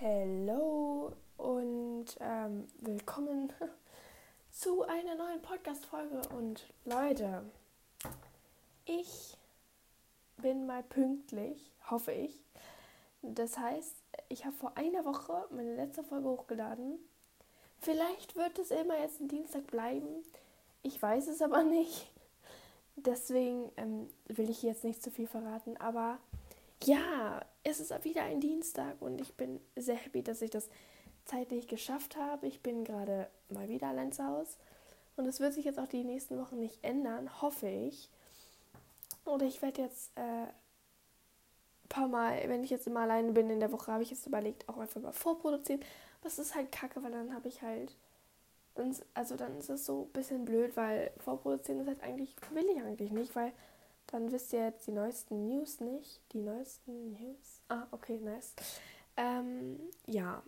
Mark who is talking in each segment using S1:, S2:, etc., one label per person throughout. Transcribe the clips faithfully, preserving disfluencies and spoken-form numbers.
S1: Hello und ähm, willkommen zu einer neuen Podcast-Folge. Und Leute, ich bin mal pünktlich, hoffe ich. Das heißt, ich habe vor einer Woche meine letzte Folge hochgeladen. Vielleicht wird es immer jetzt ein Dienstag bleiben. Ich weiß es aber nicht. Deswegen ähm, will ich jetzt nicht zu viel verraten. Aber ja, es ist wieder ein Dienstag und ich bin sehr happy, dass ich das zeitlich geschafft habe. Ich bin gerade mal wieder allein zu Hause und es wird sich jetzt auch die nächsten Wochen nicht ändern, hoffe ich. Oder ich werde jetzt äh, ein paar Mal, wenn ich jetzt immer alleine bin in der Woche, habe ich jetzt überlegt, auch einfach mal vorproduzieren. Das ist halt kacke, weil dann habe ich halt, dann, also dann ist es so ein bisschen blöd, weil vorproduzieren ist halt eigentlich, will ich eigentlich nicht, weil dann wisst ihr jetzt die neuesten News nicht. Die neuesten News? Ah, okay, nice. Ähm, ja.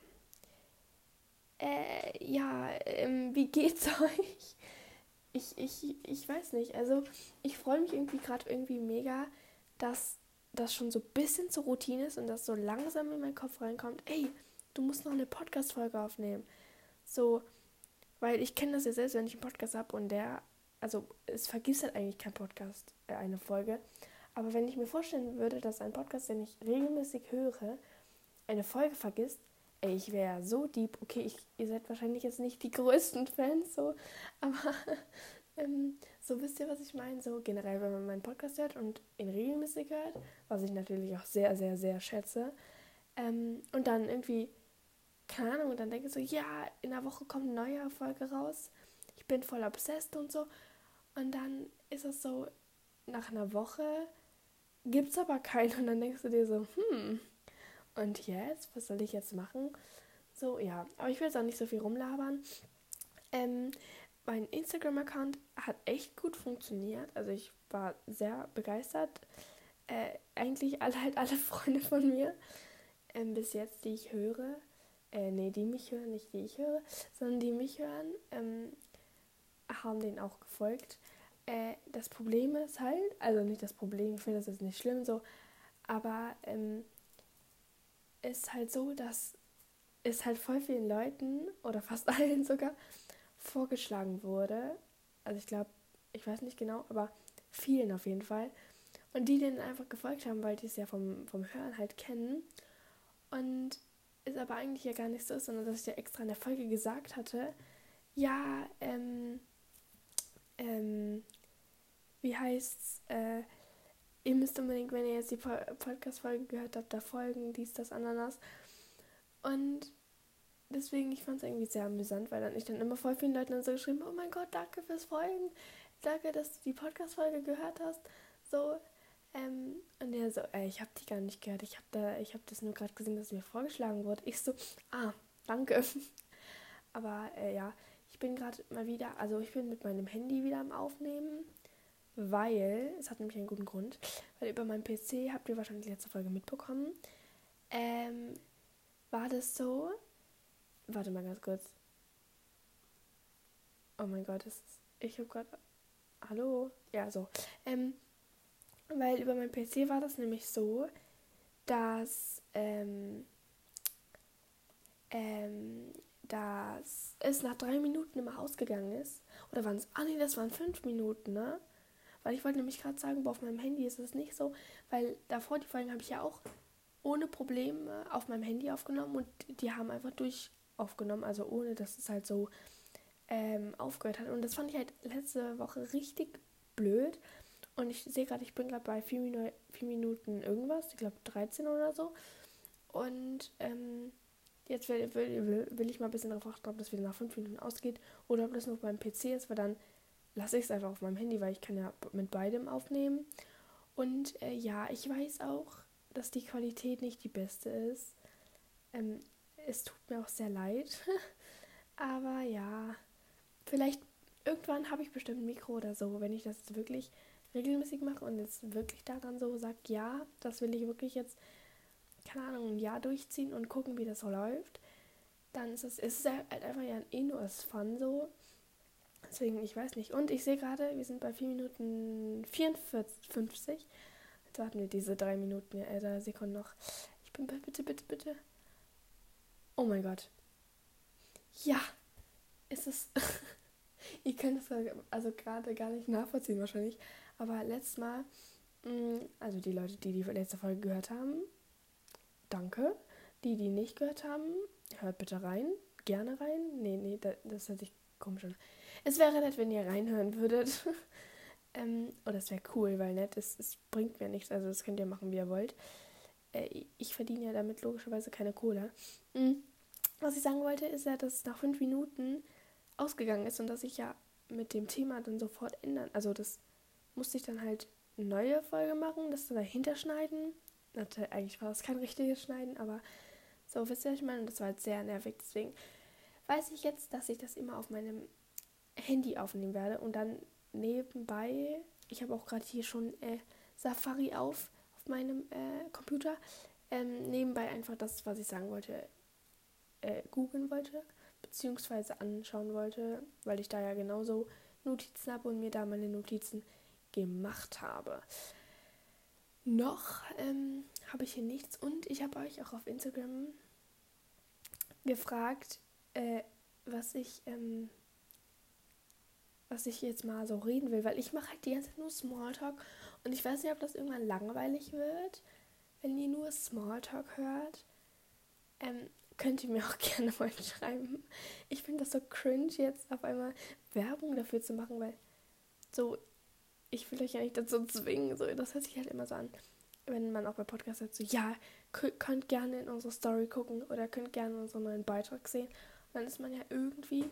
S1: Äh, ja, ähm, wie geht's euch? Ich, ich, ich weiß nicht. Also, ich freue mich irgendwie gerade irgendwie mega, dass das schon so ein bisschen zur Routine ist und das so langsam in meinen Kopf reinkommt. Ey, du musst noch eine Podcast-Folge aufnehmen. So, weil ich kenne das ja selbst, wenn ich einen Podcast habe und der, also es vergisst halt eigentlich kein Podcast, äh, eine Folge. Aber wenn ich mir vorstellen würde, dass ein Podcast, den ich regelmäßig höre, eine Folge vergisst, ey, ich wäre so deep. Okay, ich, ihr seid wahrscheinlich jetzt nicht die größten Fans, so, aber ähm, so wisst ihr, was ich meine? So generell, wenn man meinen Podcast hört und ihn regelmäßig hört, was ich natürlich auch sehr, sehr, sehr schätze, ähm, und dann irgendwie, keine Ahnung, und dann denke ich so, ja, in der Woche kommt eine neue Folge raus, ich bin voll obsessed und so, und dann ist es so, nach einer Woche gibt's aber keinen und dann denkst du dir so, hm, und jetzt? Was soll ich jetzt machen? So, ja, aber ich will jetzt auch nicht so viel rumlabern. Ähm, mein Instagram-Account hat echt gut funktioniert. Also ich war sehr begeistert. Äh, eigentlich alle, halt alle Freunde von mir, ähm, bis jetzt, die ich höre, äh, nee, die mich hören, nicht die ich höre, sondern die mich hören, ähm, haben denen auch gefolgt. Äh, das Problem ist halt, also nicht das Problem, ich finde das jetzt nicht schlimm so, aber ähm, ist halt so, dass es halt voll vielen Leuten, oder fast allen sogar, vorgeschlagen wurde. Also ich glaube, ich weiß nicht genau, aber vielen auf jeden Fall. Und die denen einfach gefolgt haben, weil die es ja vom, vom Hören halt kennen. Und es aber eigentlich ja gar nicht so ist, sondern dass ich ja extra in der Folge gesagt hatte, ja, ähm, ähm, wie heißt's, äh, ihr müsst unbedingt, wenn ihr jetzt die Podcast-Folge gehört habt, da folgen, dies, das, Ananas. Und deswegen, ich fand es irgendwie sehr amüsant, weil dann ich dann immer voll vielen Leuten dann so geschrieben, oh mein Gott, danke fürs Folgen, danke, dass du die Podcast-Folge gehört hast, so, ähm, und der so, ey, ich habe die gar nicht gehört, ich habe da, ich habe das nur gerade gesehen, dass mir vorgeschlagen wurde. Ich so, ah, danke. Aber, äh, ja, ich bin gerade mal wieder, also ich bin mit meinem Handy wieder am Aufnehmen, weil, es hat nämlich einen guten Grund, weil über meinen P C, habt ihr wahrscheinlich letzte Folge mitbekommen, ähm, war das so, warte mal ganz kurz. Oh mein Gott, das ist, ich habe gerade, hallo? Ja, so. Ähm, weil über meinen P C war das nämlich so, dass, ähm, ähm, dass es nach drei Minuten immer ausgegangen ist. Oder waren es, ah nee, das waren fünf Minuten, ne? Weil ich wollte nämlich gerade sagen, boah, auf meinem Handy ist es nicht so, weil davor die Folgen habe ich ja auch ohne Probleme auf meinem Handy aufgenommen und die haben einfach durch aufgenommen, also ohne, dass es halt so ähm, aufgehört hat. Und das fand ich halt letzte Woche richtig blöd. Und ich sehe gerade, ich bin gerade bei vier Minu- vier Minuten irgendwas, ich glaube dreizehn oder so. Und ähm, jetzt will, will, will ich mal ein bisschen darauf achten, ob das wieder nach fünf Minuten ausgeht oder ob das nur beim P C ist, weil dann lasse ich es einfach auf meinem Handy, weil ich kann ja mit beidem aufnehmen. Und äh, ja, ich weiß auch, dass die Qualität nicht die beste ist. Ähm, es tut mir auch sehr leid. Aber ja, vielleicht irgendwann habe ich bestimmt ein Mikro oder so, wenn ich das jetzt wirklich regelmäßig mache und jetzt wirklich daran so sage, ja, das will ich wirklich jetzt, keine Ahnung, ein Jahr durchziehen und gucken, wie das so läuft, dann ist es, es ist halt einfach ja eh nur als Fun so. Deswegen, ich weiß nicht. Und ich sehe gerade, wir sind bei vier Minuten vierundvierzig, fünfzig. Jetzt warten wir diese drei Minuten, äh, drei Sekunden noch. Ich bin, bitte, bitte, bitte. Oh mein Gott. Ja, es ist... Ihr könnt es also gerade gar nicht nachvollziehen wahrscheinlich. Aber letztes Mal, mh, also die Leute, die die letzte Folge gehört haben, danke. Die, die nicht gehört haben, hört bitte rein. Gerne rein. Nee, nee, das, das hört sich komisch an. Es wäre nett, wenn ihr reinhören würdet. ähm, oder es wäre cool, weil nett, es, es bringt mir nichts. Also das könnt ihr machen, wie ihr wollt. Äh, ich verdiene ja damit logischerweise keine Kohle. Mhm. Was ich sagen wollte, ist ja, dass es nach fünf Minuten ausgegangen ist und dass ich ja mit dem Thema dann sofort ändern. Also das musste ich dann halt eine neue Folge machen, das dann dahinter schneiden. Natürlich, eigentlich war das kein richtiges Schneiden, aber so, wisst ihr, was ich meine? Und das war halt sehr nervig. Deswegen weiß ich jetzt, dass ich das immer auf meinem Handy aufnehmen werde und dann nebenbei, ich habe auch gerade hier schon äh, Safari auf, auf meinem äh, Computer, ähm, nebenbei einfach das, was ich sagen wollte, äh, googeln wollte, beziehungsweise anschauen wollte, weil ich da ja genauso Notizen habe und mir da meine Notizen gemacht habe. Noch ähm, habe ich hier nichts und ich habe euch auch auf Instagram gefragt, äh, was ich ähm, was ich jetzt mal so reden will, weil ich mache halt die ganze Zeit nur Smalltalk und ich weiß nicht, ob das irgendwann langweilig wird, wenn ihr nur Smalltalk hört. Ähm, könnt ihr mir auch gerne mal schreiben. Ich finde das so cringe, jetzt auf einmal Werbung dafür zu machen, weil so, ich will euch ja nicht dazu zwingen, so, das hört sich halt immer so an, wenn man auch bei Podcasts sagt, so, ja, könnt gerne in unsere Story gucken oder könnt gerne unseren neuen Beitrag sehen. Und dann ist man ja irgendwie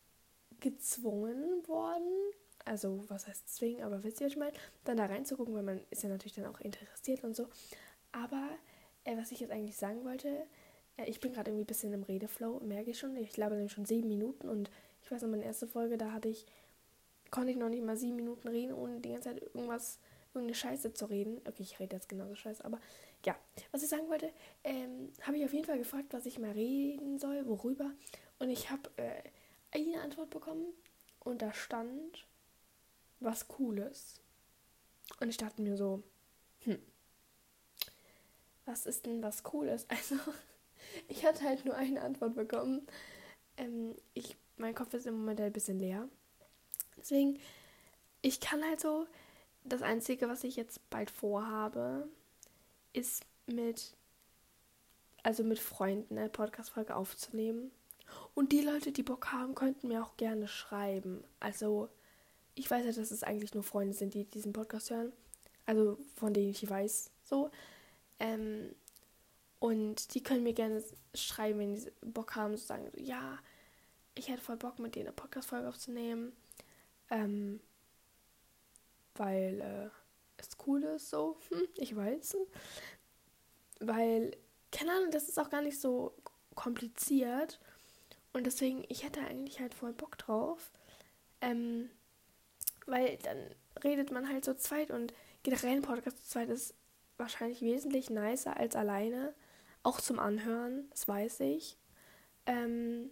S1: gezwungen worden, also was heißt zwingen, aber wisst ihr, was ich meine, dann da reinzugucken, weil man ist ja natürlich dann auch interessiert und so. Aber äh, was ich jetzt eigentlich sagen wollte, äh, ich bin gerade irgendwie ein bisschen im Redeflow, merke ich schon. Ich glaube nämlich schon sieben Minuten und ich weiß noch, meine erste Folge, da hatte ich, konnte ich noch nicht mal sieben Minuten reden, ohne die ganze Zeit irgendwas, irgendeine Scheiße zu reden. Okay, ich rede jetzt genauso scheiße, aber ja, was ich sagen wollte, ähm, habe ich auf jeden Fall gefragt, was ich mal reden soll, worüber. Und ich habe äh, eine Antwort bekommen und da stand was Cooles. Und ich dachte mir so, hm, was ist denn was Cooles? Also, ich hatte halt nur eine Antwort bekommen. Ähm, ich, mein Kopf ist im Moment halt ein bisschen leer. Deswegen, ich kann halt so, das Einzige, was ich jetzt bald vorhabe, ist mit, also mit Freunden eine Podcast-Folge aufzunehmen. Und die Leute, die Bock haben, könnten mir auch gerne schreiben. Also, ich weiß ja, dass es eigentlich nur Freunde sind, die diesen Podcast hören. Also, von denen ich weiß, so. Ähm, und die können mir gerne schreiben, wenn die Bock haben, so sagen, so, ja, ich hätte voll Bock, mit denen eine Podcast-Folge aufzunehmen. Ähm, weil äh, es cool ist, so. Hm, ich weiß. Weil, keine Ahnung, das ist auch gar nicht so kompliziert. Und deswegen, ich hätte eigentlich halt voll Bock drauf. Ähm, weil dann redet man halt so zweit und generell ein Podcast zu zweit ist wahrscheinlich wesentlich nicer als alleine. Auch zum Anhören, das weiß ich. Ähm,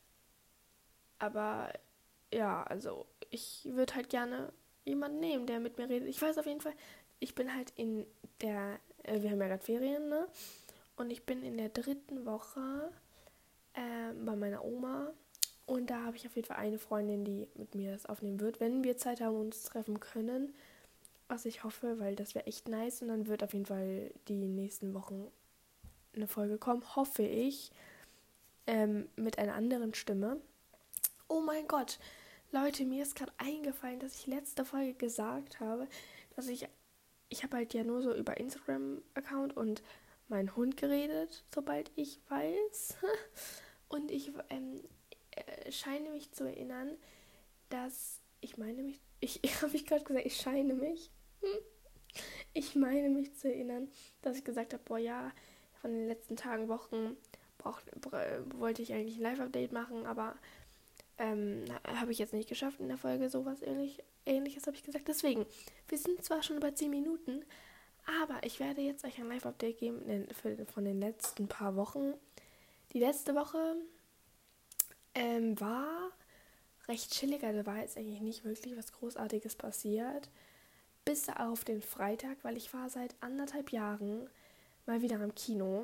S1: aber ja, also ich würde halt gerne jemanden nehmen, der mit mir redet. Ich weiß auf jeden Fall, ich bin halt in der, äh, wir haben ja gerade Ferien, ne? Und ich bin in der dritten Woche äh, bei meiner Oma. Und da habe ich auf jeden Fall eine Freundin, die mit mir das aufnehmen wird, wenn wir Zeit haben und uns treffen können. Was ich hoffe, weil das wäre echt nice. Und dann wird auf jeden Fall die nächsten Wochen eine Folge kommen, hoffe ich, ähm, mit einer anderen Stimme. Oh mein Gott, Leute, mir ist gerade eingefallen, dass ich letzte Folge gesagt habe, dass ich, ich habe halt ja nur so über Instagram-Account und meinen Hund geredet, sobald ich weiß. Und ich ähm, äh, scheine mich zu erinnern, dass, ich meine mich, ich, ich habe mich gerade gesagt, ich scheine mich, ich meine mich zu erinnern, dass ich gesagt habe, boah ja, von den letzten Tagen, Wochen brauch, wollte ich eigentlich ein Live-Update machen, aber ähm, habe ich jetzt nicht geschafft in der Folge, sowas ähnlich, ähnliches habe ich gesagt. Deswegen, wir sind zwar schon über zehn Minuten, aber ich werde jetzt euch ein Live-Update geben für, von den letzten paar Wochen. Die letzte Woche ähm, war recht chillig, also war jetzt eigentlich nicht wirklich was Großartiges passiert. Bis auf den Freitag, weil ich war seit anderthalb Jahren mal wieder im Kino.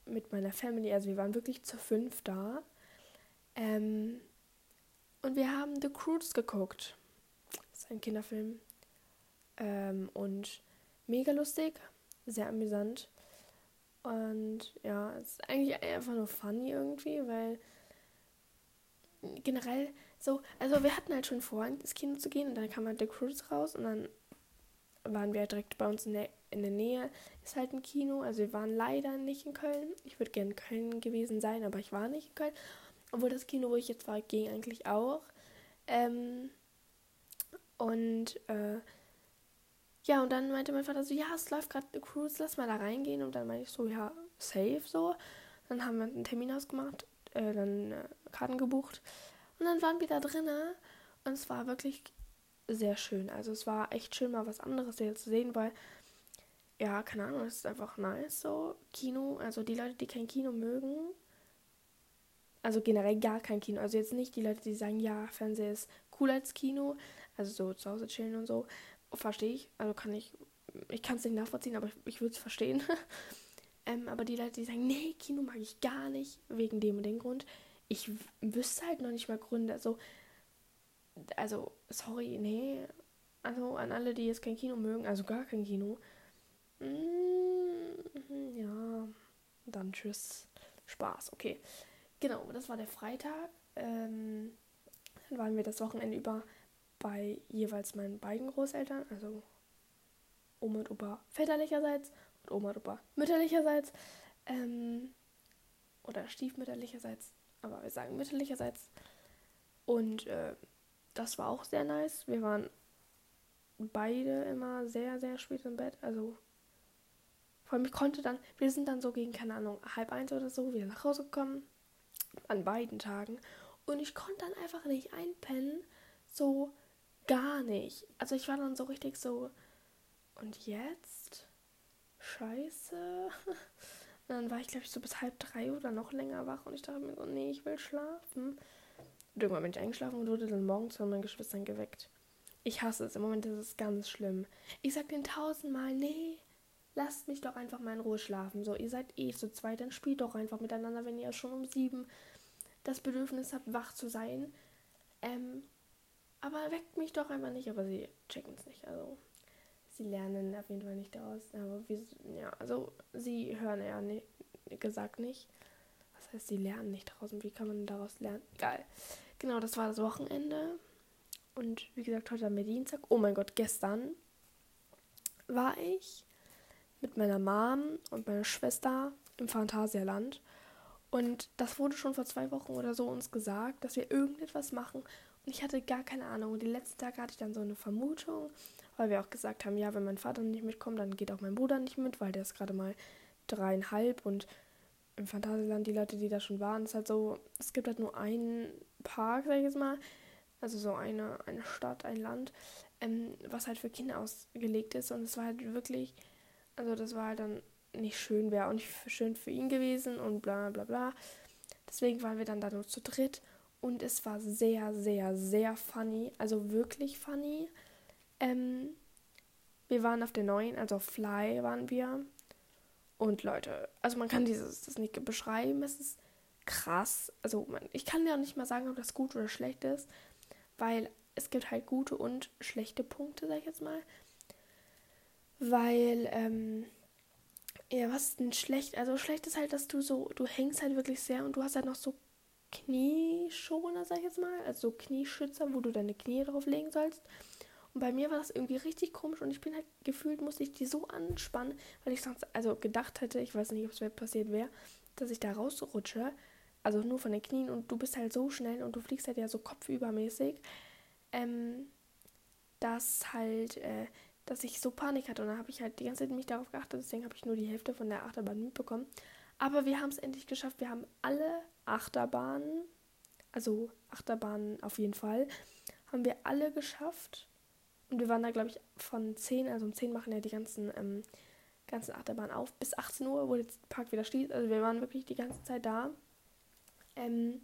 S1: mit meiner Family, also wir waren wirklich zu fünf da. Ähm, und wir haben The Croods geguckt. Das ist ein Kinderfilm. Ähm, und mega lustig, sehr amüsant. Und ja, es ist eigentlich einfach nur funny irgendwie, weil generell so, also wir hatten halt schon vor, ins Kino zu gehen und dann kam halt The Croods raus und dann waren wir halt direkt bei uns in der, in der Nähe, ist halt ein Kino, also wir waren leider nicht in Köln. Ich würde gerne in Köln gewesen sein, aber ich war nicht in Köln. Obwohl das Kino, wo ich jetzt war, ging eigentlich auch. Ähm, und äh, ja, und dann meinte mein Vater so, ja, es läuft gerade The Cruise, lass mal da reingehen. Und dann meinte ich so, ja, safe so. Dann haben wir einen Termin ausgemacht, äh, dann äh, Karten gebucht. Und dann waren wir da drinnen und es war wirklich sehr schön. Also es war echt schön, mal was anderes hier zu sehen, weil, ja, keine Ahnung, es ist einfach nice so. Kino, also die Leute, die kein Kino mögen, also generell gar kein Kino. Also jetzt nicht die Leute, die sagen, ja, Fernseher ist cooler als Kino, also so zu Hause chillen und so. Verstehe ich, also kann ich, ich kann es nicht nachvollziehen, aber ich, ich würde es verstehen. ähm, aber die Leute, die sagen, nee, Kino mag ich gar nicht, wegen dem und dem Grund, ich w- wüsste halt noch nicht mal Gründe. Also, also, sorry, nee. Also an alle, die jetzt kein Kino mögen, also gar kein Kino. Mm, ja, dann tschüss. Spaß, okay. Genau, das war der Freitag. Ähm, dann waren wir das Wochenende über bei jeweils meinen beiden Großeltern, also Oma und Opa väterlicherseits und Oma und Opa mütterlicherseits. Ähm, oder stiefmütterlicherseits, aber wir sagen mütterlicherseits. Und äh, das war auch sehr nice. Wir waren beide immer sehr, sehr spät im Bett. Also vor allem ich konnte dann, wir sind dann so gegen, keine Ahnung, halb eins oder so wieder nach Hause gekommen. An beiden Tagen. Und ich konnte dann einfach nicht einpennen. So gar nicht. Also ich war dann so richtig so, und jetzt? Scheiße. Und dann war ich, glaube ich, so bis halb drei oder noch länger wach. Und ich dachte mir so, nee, ich will schlafen. Und irgendwann bin ich eingeschlafen und wurde dann morgens von meinen Geschwistern geweckt. Ich hasse es. Im Moment ist es ganz schlimm. Ich sag denen tausendmal, nee, lasst mich doch einfach mal in Ruhe schlafen. So, ihr seid eh zu zweit, dann spielt doch einfach miteinander, wenn ihr schon um sieben das Bedürfnis habt, wach zu sein. Ähm, aber weckt mich doch einfach nicht. Aber sie checken es nicht. Also, sie lernen auf jeden Fall nicht daraus. Aber wie, ja, also, sie hören ja nicht, gesagt nicht. Was heißt, sie lernen nicht daraus? Und wie kann man daraus lernen? Egal. Genau, das war das Wochenende. Und wie gesagt, heute haben wir Dienstag. Oh mein Gott, gestern war ich mit meiner Mom und meiner Schwester im Phantasialand. Und das wurde schon vor zwei Wochen oder so uns gesagt, dass wir irgendetwas machen. Und ich hatte gar keine Ahnung. Und die letzten Tage hatte ich dann so eine Vermutung, weil wir auch gesagt haben, ja, wenn mein Vater nicht mitkommt, dann geht auch mein Bruder nicht mit, weil der ist gerade mal dreieinhalb. Und im Phantasialand, die Leute, die da schon waren, ist halt so, es gibt halt nur einen Park, sag ich jetzt mal. Also so eine, eine Stadt, ein Land, ähm, was halt für Kinder ausgelegt ist. Und es war halt wirklich, also das war halt dann nicht schön, wäre auch nicht schön für ihn gewesen und bla bla bla. Deswegen waren wir dann da nur zu dritt und es war sehr, sehr, sehr funny, also wirklich funny. Ähm, wir waren auf der neuen, also auf Fly waren wir und Leute, also man kann dieses das nicht beschreiben, es ist krass. Also man, ich kann ja auch nicht mal sagen, ob das gut oder schlecht ist, weil es gibt halt gute und schlechte Punkte, sag ich jetzt mal. Weil, ähm, ja, was ist denn schlecht? Also schlecht ist halt, dass du so, du hängst halt wirklich sehr und du hast halt noch so Knieschoner, sag ich jetzt mal, also so Knieschützer, wo du deine Knie drauf legen sollst. Und bei mir war das irgendwie richtig komisch und ich bin halt gefühlt, musste ich die so anspannen, weil ich sonst, also gedacht hätte, ich weiß nicht, ob es passiert wäre, dass ich da rausrutsche, also nur von den Knien und du bist halt so schnell und du fliegst halt ja so kopfübermäßig, ähm, dass halt, äh, dass ich so Panik hatte und dann habe ich halt die ganze Zeit mich darauf geachtet, deswegen habe ich nur die Hälfte von der Achterbahn mitbekommen. Aber wir haben es endlich geschafft, wir haben alle Achterbahnen, also Achterbahnen auf jeden Fall, haben wir alle geschafft. Und wir waren da, glaube ich, von zehn, also um zehn machen ja die ganzen, ähm, ganzen Achterbahnen auf. Bis achtzehn Uhr, wo jetzt der Park wieder schließt. Also wir waren wirklich die ganze Zeit da. Ähm,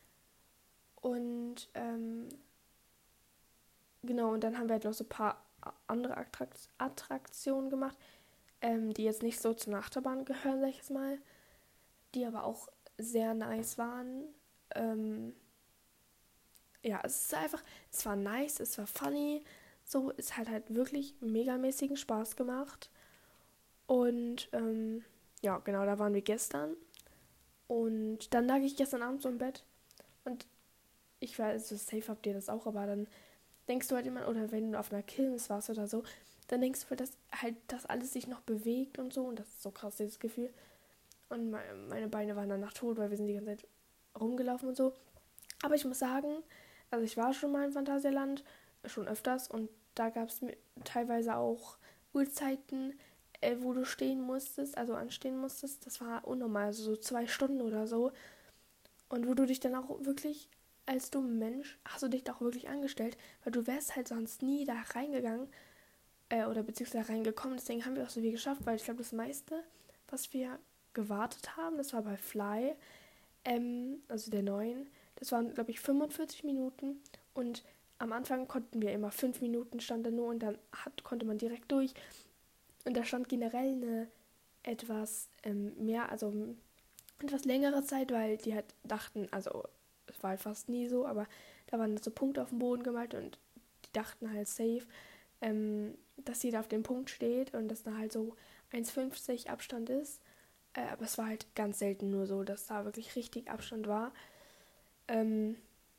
S1: und ähm, genau, und dann haben wir halt noch so ein paar andere Attrakt- Attraktionen gemacht, ähm, die jetzt nicht so zur Achterbahn gehören, sag ich jetzt mal. die aber auch sehr nice waren. Ähm, ja, es ist einfach, es war nice, es war funny. So, es hat halt wirklich megamäßigen Spaß gemacht. Und ähm, ja, genau, da waren wir gestern. Und dann lag ich gestern Abend so im Bett. Und ich weiß, so safe habt ihr das auch, aber dann denkst du halt immer, oder wenn du auf einer Kirmes warst oder so, dann denkst du, dass halt, dass alles sich noch bewegt und so. Und das ist so krass, dieses Gefühl. Und meine Beine waren danach tot, weil wir sind die ganze Zeit rumgelaufen und so. Aber ich muss sagen, also ich war schon mal im Phantasialand, schon öfters. Und da gab es teilweise auch Uhrzeiten, äh, wo du stehen musstest, also anstehen musstest. Das war unnormal, also so zwei Stunden oder so. Und wo du dich dann auch wirklich als dummer Mensch, hast du dich da auch wirklich angestellt, weil du wärst halt sonst nie da reingegangen äh, oder beziehungsweise reingekommen. Deswegen haben wir auch so viel geschafft, weil ich glaube, das meiste, was wir gewartet haben, das war bei Fly, ähm, also der neuen, das waren, glaube ich, fünfundvierzig Minuten und am Anfang konnten wir immer fünf Minuten stand da nur und dann hat, konnte man direkt durch und da stand generell eine etwas ähm, mehr, also etwas längere Zeit, weil die halt dachten, also es war halt fast nie so, aber da waren so Punkte auf dem Boden gemalt und die dachten halt safe, ähm, dass jeder auf dem Punkt steht und dass da halt so eins Komma fünfzig Abstand ist. Äh, aber es war halt ganz selten nur so, dass da wirklich richtig Abstand war. Ähm,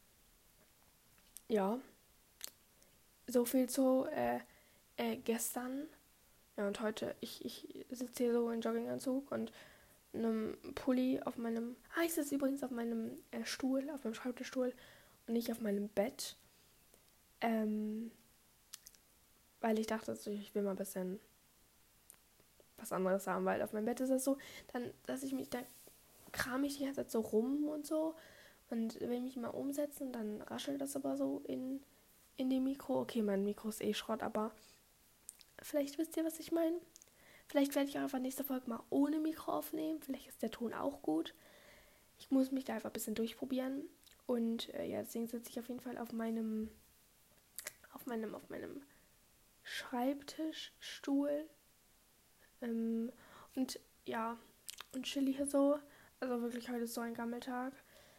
S1: ja, so viel zu äh, äh, gestern. Ja, und heute, ich, ich sitze hier so in Jogginganzug und einem Pulli auf meinem, ah, ich sitze übrigens auf meinem äh, Stuhl, auf meinem Schreibtischstuhl und nicht auf meinem Bett. Ähm, weil ich dachte, so, ich will mal ein bisschen was anderes haben, weil auf meinem Bett ist das so, dann, dass ich mich, da kram ich die ganze Zeit so rum und so und will mich mal umsetzen, dann raschelt das aber so in, in dem Mikro. Okay, mein Mikro ist eh Schrott, aber vielleicht wisst ihr, was ich meine. Vielleicht werde ich auch einfach nächste Folge mal ohne Mikro aufnehmen. Vielleicht ist der Ton auch gut. Ich muss mich da einfach ein bisschen durchprobieren. Und äh, ja, deswegen sitze ich auf jeden Fall auf meinem, auf meinem, auf meinem Schreibtischstuhl. Ähm, und ja, und chill hier so. Also wirklich, heute ist so ein Gammeltag.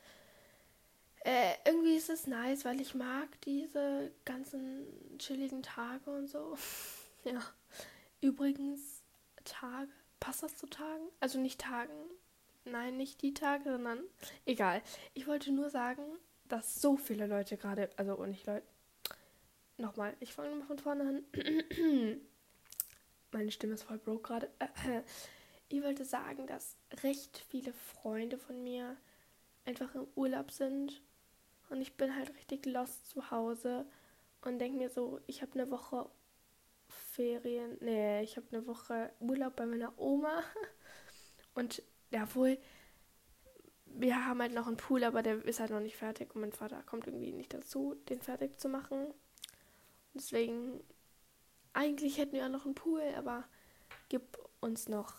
S1: Äh, irgendwie ist es nice, weil ich mag diese ganzen chilligen Tage und so. Ja. Übrigens, Tage. Passt das zu Tagen? Also nicht Tagen. Nein, nicht die Tage, sondern egal. Ich wollte nur sagen, dass so viele Leute gerade, also und nicht Leute. Nochmal, ich fange nochmal von vorne an. Meine Stimme ist voll broke gerade. Ich wollte sagen, dass recht viele Freunde von mir einfach im Urlaub sind und ich bin halt richtig lost zu Hause und denke mir so, ich habe eine Woche Ferien, nee, ich habe eine Woche Urlaub bei meiner Oma und ja, wohl, wir haben halt noch einen Pool, aber der ist halt noch nicht fertig und mein Vater kommt irgendwie nicht dazu, den fertig zu machen. Deswegen, eigentlich hätten wir auch noch einen Pool, aber gib uns noch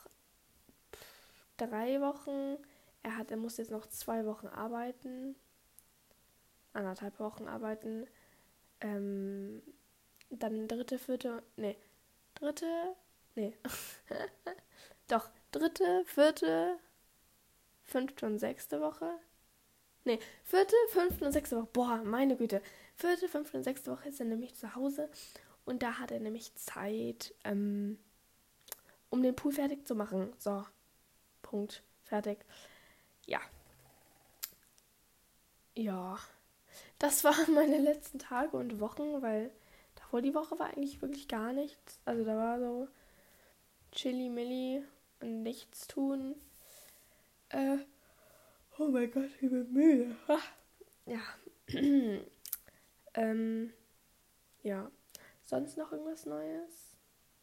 S1: drei Wochen. Er hat, er muss jetzt noch zwei Wochen arbeiten, anderthalb Wochen arbeiten. Ähm, dann dritte, vierte, nee, dritte, nee, doch, dritte, vierte, fünfte und sechste Woche. Nee, vierte, fünfte und sechste Woche. Boah, meine Güte. Vierte, fünfte und sechste Woche ist er nämlich zu Hause. Und da hat er nämlich Zeit, ähm, um den Pool fertig zu machen. So, Punkt. Fertig. Ja. Ja. Das waren meine letzten Tage und Wochen, weil davor die Woche war eigentlich wirklich gar nichts. Also da war so Chili-Milli und nichts tun. Äh, oh mein Gott, ich bin müde. Ah. Ja. ähm, ja. Sonst noch irgendwas Neues?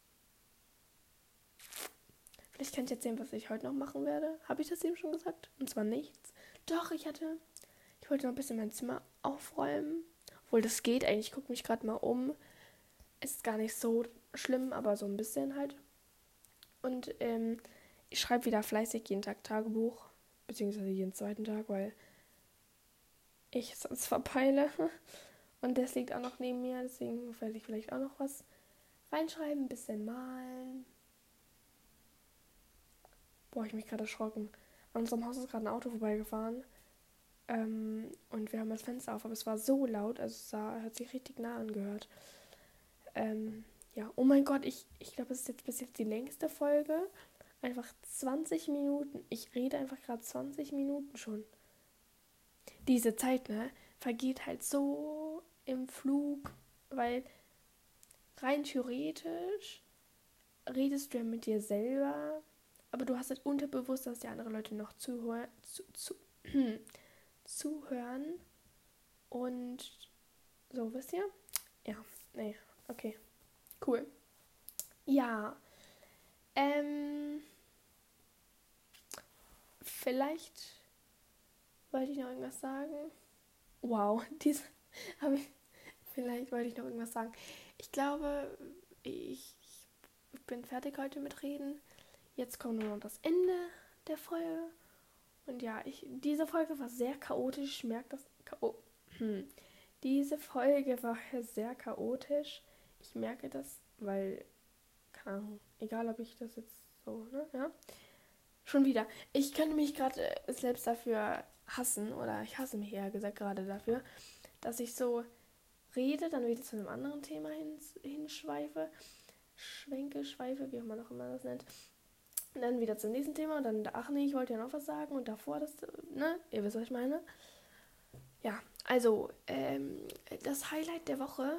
S1: Vielleicht kann ich erzählen, was ich heute noch machen werde. Habe ich das eben schon gesagt? Und zwar nichts. Doch, ich hatte... Ich wollte noch ein bisschen mein Zimmer aufräumen. Obwohl, das geht eigentlich. Ich gucke mich gerade mal um. Ist gar nicht so schlimm, aber so ein bisschen halt. Und ähm, ich schreibe wieder fleißig jeden Tag Tagebuch. Beziehungsweise jeden zweiten Tag, weil ich es sonst verpeile. Und das liegt auch noch neben mir. Deswegen werde ich vielleicht auch noch was reinschreiben. Ein bisschen malen. Boah, ich mich gerade erschrocken. An unserem Haus ist gerade ein Auto vorbeigefahren. Ähm, und wir haben das Fenster auf, aber es war so laut, also es sah, hat sich richtig nah angehört. Ähm, ja, oh mein Gott, ich, ich glaube, es ist jetzt bis jetzt die längste Folge. Einfach zwanzig Minuten. Ich rede einfach gerade zwanzig Minuten schon. Diese Zeit, ne, vergeht halt so im Flug, weil rein theoretisch redest du ja mit dir selber, aber du hast halt unterbewusst, dass die anderen Leute noch zuhören, zu, zu, zuhören und so, wisst ihr? Ja, nee, okay, cool. Ja, ähm, vielleicht wollte ich noch irgendwas sagen. Wow, diese habe ich, vielleicht wollte ich noch irgendwas sagen. Ich glaube, ich, ich bin fertig heute mit Reden. Jetzt kommt nur noch das Ende der Folge. Und ja, ich, diese Folge war sehr chaotisch. Ich merke das. Chao- hm. Diese Folge war sehr chaotisch. Ich merke das, weil, keine Ahnung, egal ob ich das jetzt so, ne, ja. Schon wieder. Ich könnte mich gerade äh, selbst dafür hassen, oder ich hasse mich eher gesagt gerade dafür, dass ich so rede, dann wieder zu einem anderen Thema hins, hinschweife, schwenke, schweife, wie auch man auch immer das nennt. Und dann wieder zum nächsten Thema und dann, ach nee, ich wollte ja noch was sagen und davor das, ne, ihr wisst, was ich meine. Ja, also, ähm, das Highlight der Woche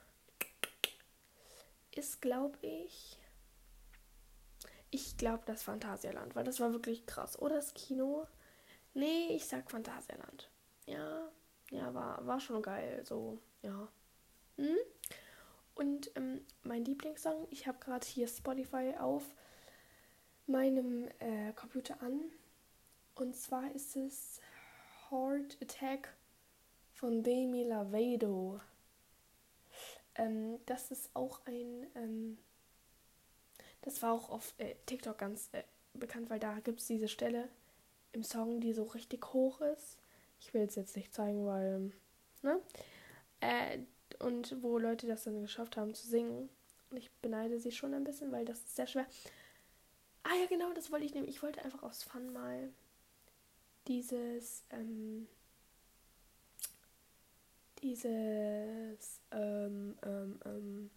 S1: ist, glaube ich, ich glaube das Phantasialand, weil das war wirklich krass. Oder das Kino. Nee, ich sag Phantasialand. Ja, ja, war, war schon geil, so, ja. Hm? Und ähm, mein Lieblingssong, ich habe gerade hier Spotify auf meinem äh, Computer an. Und zwar ist es Heart Attack von Demi Lovato. Ähm, das ist auch ein, ähm, das war auch auf äh, TikTok ganz äh, bekannt, weil da gibt es diese Stelle im Song, die so richtig hoch ist. Ich will es jetzt nicht zeigen, weil, ne? Äh, und wo Leute das dann geschafft haben zu singen. Und ich beneide sie schon ein bisschen, weil das ist sehr schwer. Ah ja, genau, das wollte ich nehmen. Ich wollte einfach aus Fun mal dieses, ähm, dieses, ähm, ähm, ähm,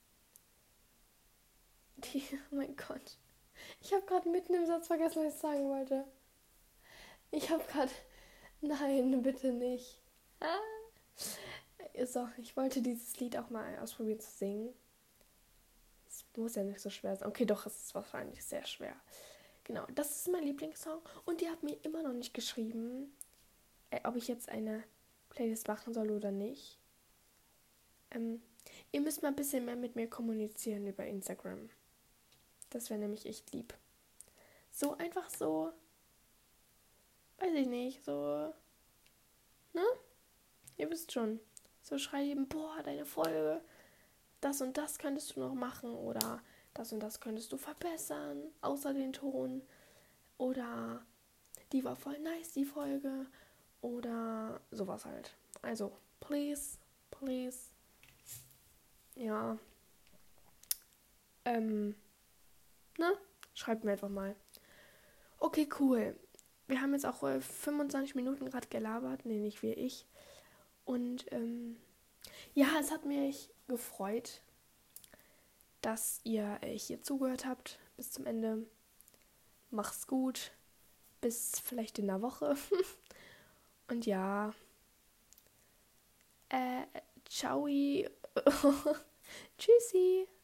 S1: die, oh mein Gott. Ich habe gerade mitten im Satz vergessen, was ich sagen wollte. Ich habe gerade, nein, bitte nicht. Ah. So, ich wollte dieses Lied auch mal ausprobieren zu singen. Es muss ja nicht so schwer sein. Okay, doch, es ist wahrscheinlich sehr schwer. Genau, das ist mein Lieblingssong. Und die hat mir immer noch nicht geschrieben, äh, ob ich jetzt eine Playlist machen soll oder nicht. Ähm, ihr müsst mal ein bisschen mehr mit mir kommunizieren über Instagram. Das wäre nämlich echt lieb. So einfach so, weiß ich nicht, so, ne? Ihr wisst schon. So schreiben, boah, deine Folge, das und das könntest du noch machen oder das und das könntest du verbessern, außer den Ton. Oder die war voll nice, die Folge. Oder sowas halt. Also, please, please. Ja. Ähm, ne? Schreibt mir einfach mal. Okay, cool. Wir haben jetzt auch äh, fünfundzwanzig Minuten gerade gelabert. Nee, nicht wie ich. Und ähm, ja, es hat mich gefreut, dass ihr äh, hier zugehört habt bis zum Ende. Mach's gut. Bis vielleicht in der Woche. Und ja. Äh, ciao. Tschüssi.